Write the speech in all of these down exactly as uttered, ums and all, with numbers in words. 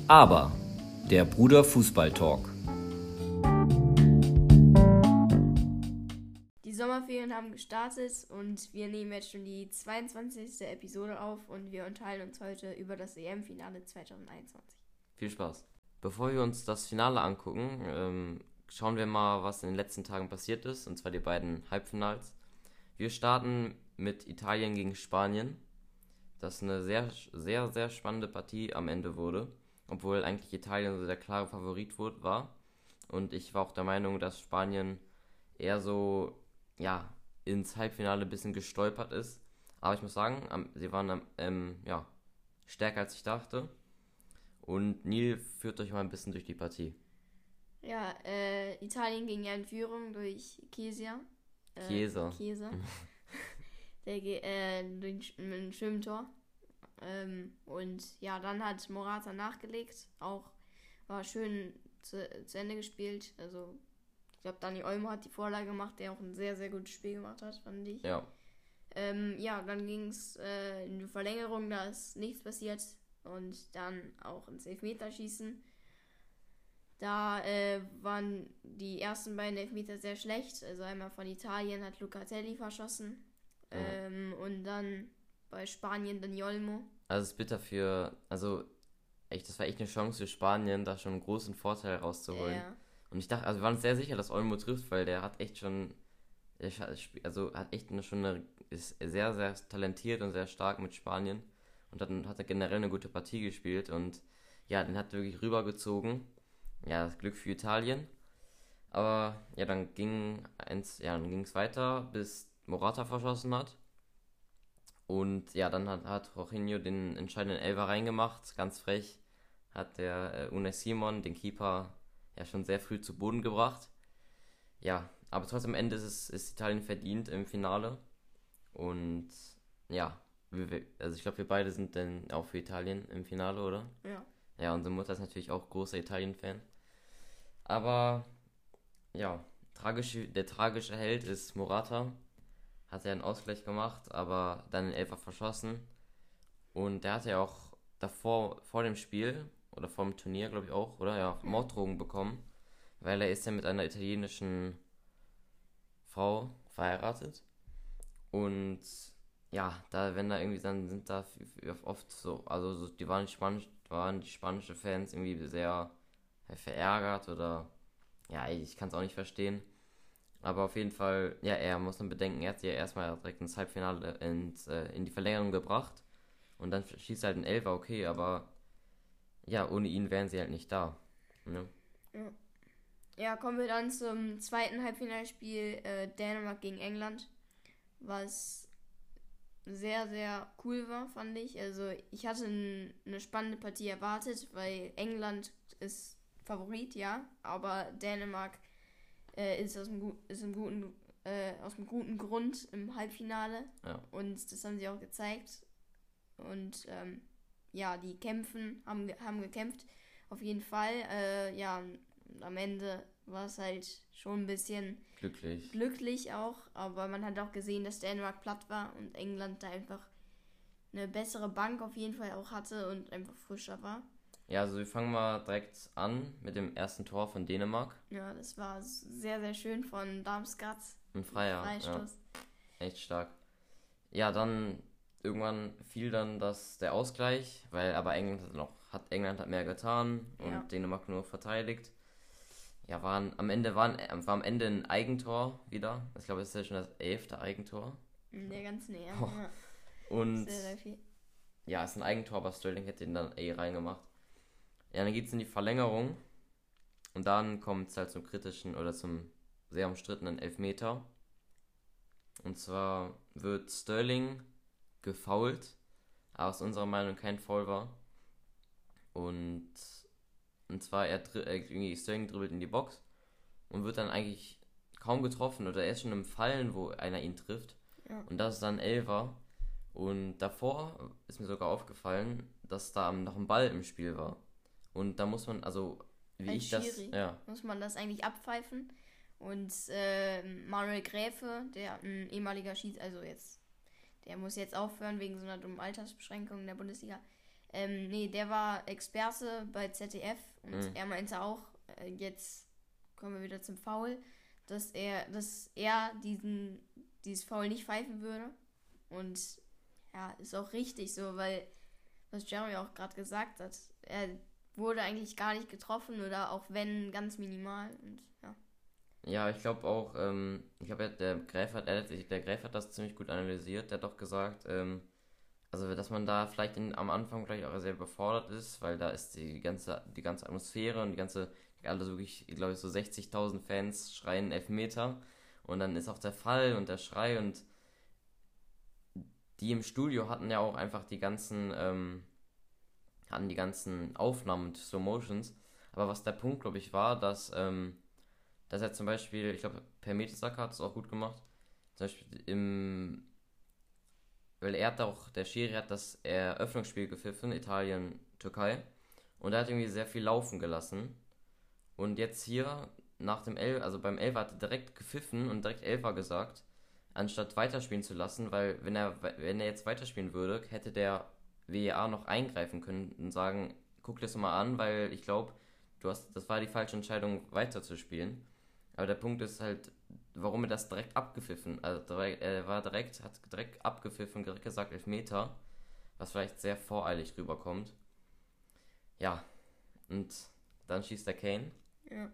Aber, der Bruder Fußball-Talk. Die Sommerferien haben gestartet und wir nehmen jetzt schon die zweiundzwanzigste Episode auf und wir unterhalten uns heute über das E M-Finale zwanzig einundzwanzig. Viel Spaß. Bevor wir uns das Finale angucken, ähm, schauen wir mal, was in den letzten Tagen passiert ist, und zwar die beiden Halbfinals. Wir starten mit Italien gegen Spanien, das eine sehr, sehr, sehr spannende Partie am Ende wurde, obwohl eigentlich Italien so der klare Favorit wurde, war. Und ich war auch der Meinung, dass Spanien eher so ja, ins Halbfinale ein bisschen gestolpert ist. Aber ich muss sagen, am, sie waren ähm, ja, stärker als ich dachte. Und Neil führt euch mal ein bisschen durch die Partie. Ja, äh, Italien ging ja in Führung durch Chiesa. Äh, Chiesa. Chiesa. Der äh, durch ein Schwimmtor. Ähm, und ja, dann hat Morata nachgelegt. Auch war schön zu, zu Ende gespielt. Also, ich glaube, Dani Olmo hat die Vorlage gemacht, der auch ein sehr, sehr gutes Spiel gemacht hat, fand ich. Ja. Ähm, ja, dann ging es äh, in die Verlängerung, da ist nichts passiert. Und dann auch ins Elfmeterschießen. Da äh, waren die ersten beiden Elfmeter sehr schlecht. Also einmal von Italien hat Locatelli verschossen. Ja. Ähm, und dann bei Spanien Dani Olmo. Also es ist bitter für, also echt, das war echt eine Chance für Spanien, da schon einen großen Vorteil rauszuholen. Ja. Und ich dachte, also wir waren uns sehr sicher, dass Olmo trifft, weil der hat echt schon, also hat echt eine, schon eine, ist sehr, sehr talentiert und sehr stark mit Spanien. Und dann hat er generell eine gute Partie gespielt und ja, den hat er wirklich rübergezogen. Ja, das Glück für Italien. Aber ja, dann ging eins, ja, dann ging es weiter, bis Morata verschossen hat. Und ja, dann hat, hat Jorginho den entscheidenden Elfer reingemacht, ganz frech. Hat der äh, Unai Simon, den Keeper, ja schon sehr früh zu Boden gebracht. Ja, aber trotzdem am Ende ist, es, ist Italien verdient im Finale. Und ja, wir, also ich glaube, wir beide sind dann auch für Italien im Finale, oder? Ja. Ja, unsere Mutter ist natürlich auch großer Italien-Fan. Aber ja, tragische, der tragische Held ist Morata. Hat er einen Ausgleich gemacht, aber dann den Elfer verschossen. Und der hatte ja auch davor, vor dem Spiel, oder vor dem Turnier, glaube ich auch, oder? Ja, Morddrogen bekommen. Weil er ist ja mit einer italienischen Frau verheiratet. Und ja, da, wenn da irgendwie, dann sind da oft so, also so, die waren, Spanisch, waren die spanischen Fans irgendwie sehr verärgert oder, ja, ich kann es auch nicht verstehen. Aber auf jeden Fall, ja, er muss dann bedenken, er hat sie ja erstmal direkt ins Halbfinale ins, äh, in die Verlängerung gebracht. Und dann schießt er halt ein Elfer, okay, aber ja, ohne ihn wären sie halt nicht da. Ne? Ja. Ja, kommen wir dann zum zweiten Halbfinalspiel äh, Dänemark gegen England, was sehr, sehr cool war, fand ich. Also ich hatte n- eine spannende Partie erwartet, weil England ist Favorit, ja, aber Dänemark äh, ist, aus dem, gu- ist im guten, äh, aus dem guten Grund im Halbfinale. Ja. Und das haben sie auch gezeigt. Und ähm, ja, die kämpfen, haben, ge- haben gekämpft, auf jeden Fall. Äh, ja, am Ende war es halt schon ein bisschen Glücklich. glücklich auch, aber man hat auch gesehen, dass Dänemark platt war und England da einfach eine bessere Bank auf jeden Fall auch hatte und einfach frischer war. Ja, also wir fangen mal direkt an mit dem ersten Tor von Dänemark. Ja, das war sehr, sehr schön von Damsgaard. Ein Freier, ja, Freistoß. echt stark. Ja, dann irgendwann fiel dann das, der Ausgleich, weil aber England hat noch, hat England hat mehr getan und Ja. Dänemark nur verteidigt. Ja, waren am Ende waren war am Ende ein Eigentor wieder. Ich glaube, es ist ja schon das elfte Eigentor. In der ganzen Nähe. Oh. Ja. Und Sehr, sehr viel. ja, ist ein Eigentor, aber Sterling hätte ihn dann eh reingemacht. Ja, dann geht es in die Verlängerung und dann kommt es halt zum kritischen oder zum sehr umstrittenen Elfmeter. Und zwar wird Sterling gefoult, aber aus unserer Meinung kein Foul war. Und, und zwar, er dri- äh, irgendwie Sterling dribbelt in die Box und wird dann eigentlich kaum getroffen oder er ist schon im Fallen, wo einer ihn trifft. Ja. Und das ist dann Elfer. Und davor ist mir sogar aufgefallen, dass da noch ein Ball im Spiel war. Und da muss man, also wie Als ich das, Schiri ja, muss man das eigentlich abpfeifen. Und äh, Manuel Gräfe, der ein ehemaliger Schiedsrichter, also jetzt, der muss jetzt aufhören wegen so einer dummen Altersbeschränkung in der Bundesliga. Ähm, nee, der war Experte bei Z D F und Mhm. er meinte auch, äh, jetzt kommen wir wieder zum Foul, dass er, dass er diesen, dieses Foul nicht pfeifen würde. Und ja, ist auch richtig so, weil, was Jeremy auch gerade gesagt hat, er wurde eigentlich gar nicht getroffen oder auch wenn, ganz minimal. Und ja. Ja, ich glaube auch, ähm, ich glaube, der Gräf hat, er, der Gräf hat das ziemlich gut analysiert. Der hat doch gesagt, ähm, also dass man da vielleicht in, am Anfang vielleicht auch sehr überfordert ist, weil da ist die ganze, die ganze Atmosphäre und die ganze, alle so wirklich, glaube ich, so sechzigtausend Fans schreien Elfmeter und dann ist auch der Fall und der Schrei und die im Studio hatten ja auch einfach die ganzen, ähm, hatten die ganzen Aufnahmen und Slow Motions. Aber was der Punkt, glaube ich, war, dass, ähm, dass er zum Beispiel, ich glaube, Per Mertesacker hat es auch gut gemacht. Zum Beispiel im, weil er hat auch, der Schiri hat das Eröffnungsspiel gepfiffen, Italien, Türkei. Und er hat irgendwie sehr viel laufen gelassen. Und jetzt hier, nach dem Elf, also beim Elfer hat er direkt gepfiffen und direkt Elfer gesagt, anstatt weiterspielen zu lassen, weil wenn er, wenn er jetzt weiterspielen würde, hätte der W A R noch eingreifen können und sagen, guck dir das mal an, weil ich glaube, du hast, das war die falsche Entscheidung, weiterzuspielen. Aber der Punkt ist halt, warum er das direkt abgepfiffen, also direkt, er war direkt, hat direkt abgepfiffen, direkt gesagt Elfmeter, was vielleicht sehr voreilig rüberkommt. Ja, und dann schießt der Kane. Ja.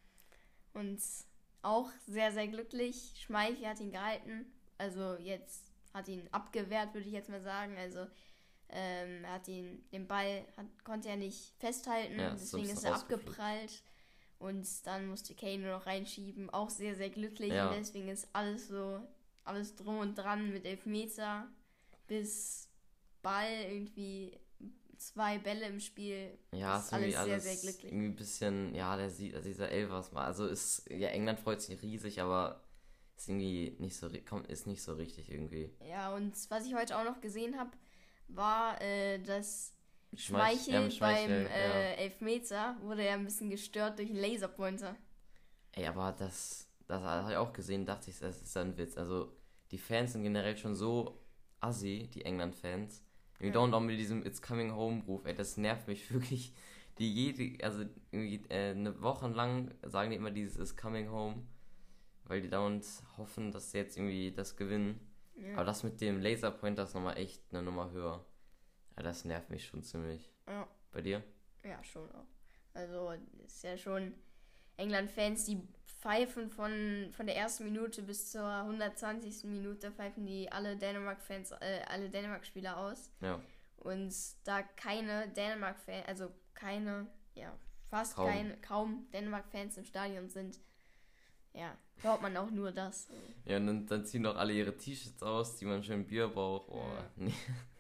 Und auch sehr, sehr glücklich. Schmeichel hat ihn gehalten. Also jetzt hat ihn abgewehrt, würde ich jetzt mal sagen. Also ähm, er hat ihn, den Ball hat, konnte er nicht festhalten. Ja, deswegen sonst ist er rausgeflogen. abgeprallt. Und dann musste Kane nur noch reinschieben. Auch sehr, sehr glücklich. Ja. Und deswegen ist alles so, alles drum und dran mit Elfmeter bis Ball irgendwie zwei Bälle im Spiel. Ja, ist ist irgendwie alles sehr, alles sehr glücklich. irgendwie ein bisschen, ja, der sieht, also dieser Elfer, also ist, ja, England freut sich riesig, aber ist irgendwie nicht so, ri- kommt, ist nicht so richtig irgendwie. Ja, und was ich heute auch noch gesehen habe, war, äh, dass Schmeich- Schmeichel, ja, mit Schmeichel, beim äh, Elfmeter wurde er ein bisschen gestört durch einen Laserpointer. Ey, aber das, das habe ich auch gesehen, dachte ich, das ist ein Witz. Also, die Fans sind generell schon so assi, die England-Fans. Wir Ja. dauern auch mit diesem It's Coming Home-Ruf, ey, das nervt mich wirklich. Die jede, also irgendwie äh, eine Woche lang sagen die immer dieses It's Coming Home, weil die dauernd hoffen, dass sie jetzt irgendwie das gewinnen. Ja. Aber das mit dem Laserpointer ist nochmal echt eine Nummer höher. Ja, das nervt mich schon ziemlich. Ja. Bei dir? Ja, schon auch. Also, ist ja schon England-Fans, die pfeifen von, von der ersten Minute bis zur hundertzwanzigsten Minute, pfeifen die alle Dänemark-Fans, äh, alle Dänemark-Spieler aus. Ja. Und da keine Dänemark-Fans, also keine, ja, fast Kaum. keine, kaum Dänemark-Fans im Stadion sind, ja, hört man auch nur das. Ja, und dann, dann ziehen doch alle ihre T-Shirts aus, die man schön Bierbauch. Oh, Ja. nee.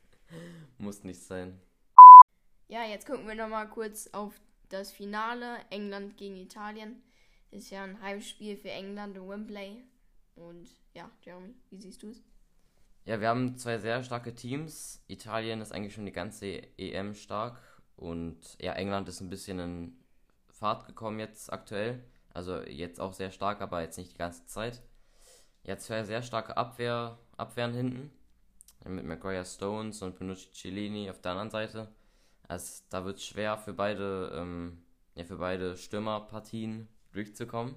Muss nicht sein. Ja, jetzt gucken wir nochmal kurz auf das Finale. England gegen Italien. Ist ja ein Heimspiel für England in Wembley. Und ja, Jeremy, wie siehst du es? Ja, wir haben zwei sehr starke Teams. Italien ist eigentlich schon die ganze E M stark. Und ja, England ist ein bisschen in Fahrt gekommen jetzt aktuell. Also jetzt auch sehr stark, aber jetzt nicht die ganze Zeit. Ja, zwei sehr starke Abwehr, Abwehren hinten. Mit Maguire Stones und Bonucci Cellini auf der anderen Seite. Also da wird es schwer für beide, ähm, ja, für beide Stürmerpartien durchzukommen.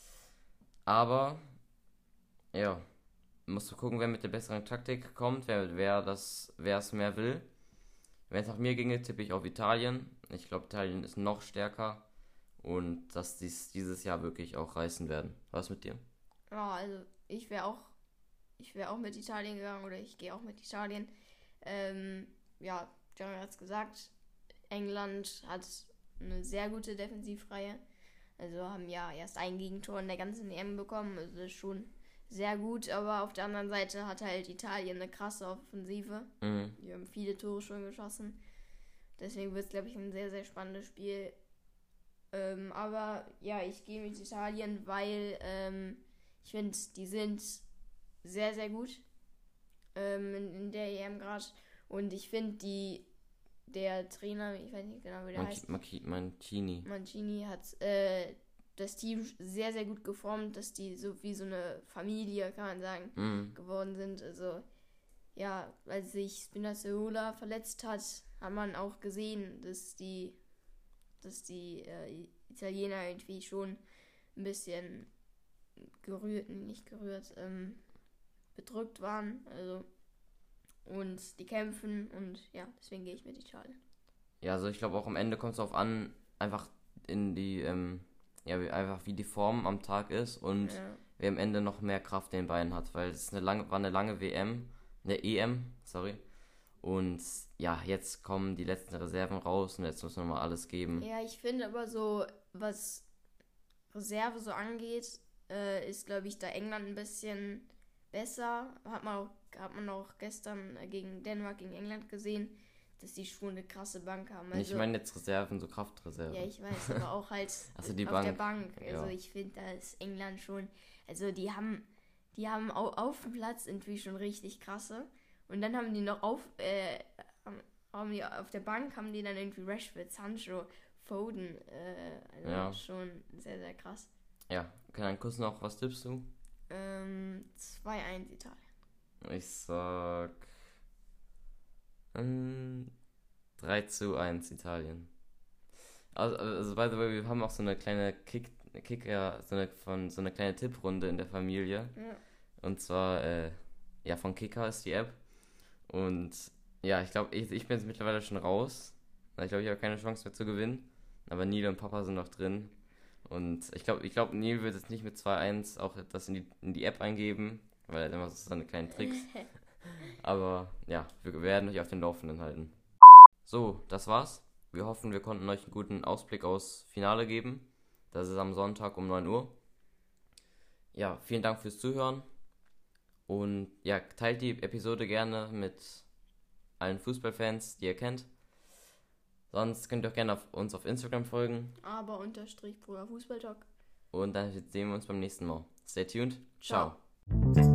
Aber ja, musst du gucken, wer mit der besseren Taktik kommt, wer, wer das, wer es mehr will. Wenn es nach mir ginge, tippe ich auf Italien. Ich glaube, Italien ist noch stärker und dass die es dieses Jahr wirklich auch reißen werden. Was mit dir? Ja, also ich wäre auch, ich wäre auch mit Italien gegangen oder ich gehe auch mit Italien. Ähm, ja, Jeremy hat es gesagt, England hat eine sehr gute Defensivreihe. Also haben ja erst ein Gegentor in der ganzen E M bekommen. Also das ist schon sehr gut, aber auf der anderen Seite hat halt Italien eine krasse Offensive. Mhm. Die haben viele Tore schon geschossen. Deswegen wird es, glaube ich, ein sehr, sehr spannendes Spiel. Ähm, aber ja, ich gehe mit Italien, weil ähm, ich finde, die sind sehr, sehr gut ähm, in, in der E M gerade. Und ich finde, die der Trainer, ich weiß nicht genau, wie der heißt, Manchi- Mancini. Mancini hat äh, das Team sehr, sehr gut geformt, dass die so wie so eine Familie, kann man sagen, Mhm. geworden sind. Also ja, als sich Spinazzola verletzt hat, hat man auch gesehen, dass die, dass die äh, Italiener irgendwie schon ein bisschen gerührt, nicht gerührt, ähm, bedrückt waren. Also und die kämpfen und ja, deswegen gehe ich mit Italien. Ja, also ich glaube auch am Ende kommt es darauf an, einfach in die, ähm, ja, wie, einfach wie die Form am Tag ist und Ja. wer am Ende noch mehr Kraft in den Beinen hat, weil es eine lange, war eine lange W M, eine E M, sorry. Und ja, jetzt kommen die letzten Reserven raus und jetzt muss man mal alles geben. Ja, ich finde aber so, was Reserve so angeht, äh, ist, glaube ich, da England ein bisschen besser. Hat man auch, hat man auch gestern äh, gegen Dänemark, gegen England gesehen, dass die schon eine krasse Bank haben. Also, ich meine jetzt Reserven, so Kraftreserven. ja, ich weiß, aber auch halt Also die auf Bank, der Bank. Also ja. ich finde, da ist England schon, also die haben, die haben au- auf dem Platz irgendwie schon richtig krasse. Und dann haben die noch auf, äh, haben- haben die auf der Bank haben die dann irgendwie Rashford, Sancho, Foden, äh, also Ja. schon sehr, sehr krass. Ja, okay, dann kurz noch, was tippst du? Ähm, zwei eins Italien. Ich sag ähm, drei zu eins Italien. Also, also by the way, wir haben auch so eine kleine Kick, Kicker, so eine, von, so eine kleine Tipprunde in der Familie. Ja. Und zwar, äh, ja, von Kicker ist die App. Und ja, ich glaube, ich, ich bin jetzt mittlerweile schon raus. Ich glaube, ich habe keine Chance mehr zu gewinnen. Aber Neil und Papa sind noch drin. Und ich glaube, ich glaube, Neil wird jetzt nicht mit zwei eins auch das in die, in die App eingeben, weil er hat immer so seine kleinen Tricks. Aber ja, wir werden euch auf den Laufenden halten. So, das war's. Wir hoffen, wir konnten euch einen guten Ausblick aufs Finale geben. Das ist am Sonntag um neun Uhr. Ja, vielen Dank fürs Zuhören. Und ja, teilt die Episode gerne mit allen Fußballfans, die ihr kennt. Sonst könnt ihr auch gerne auf uns auf Instagram folgen. Aber unterstrich Bruder Fußballtalk. Und dann sehen wir uns beim nächsten Mal. Stay tuned. Ciao. Ciao.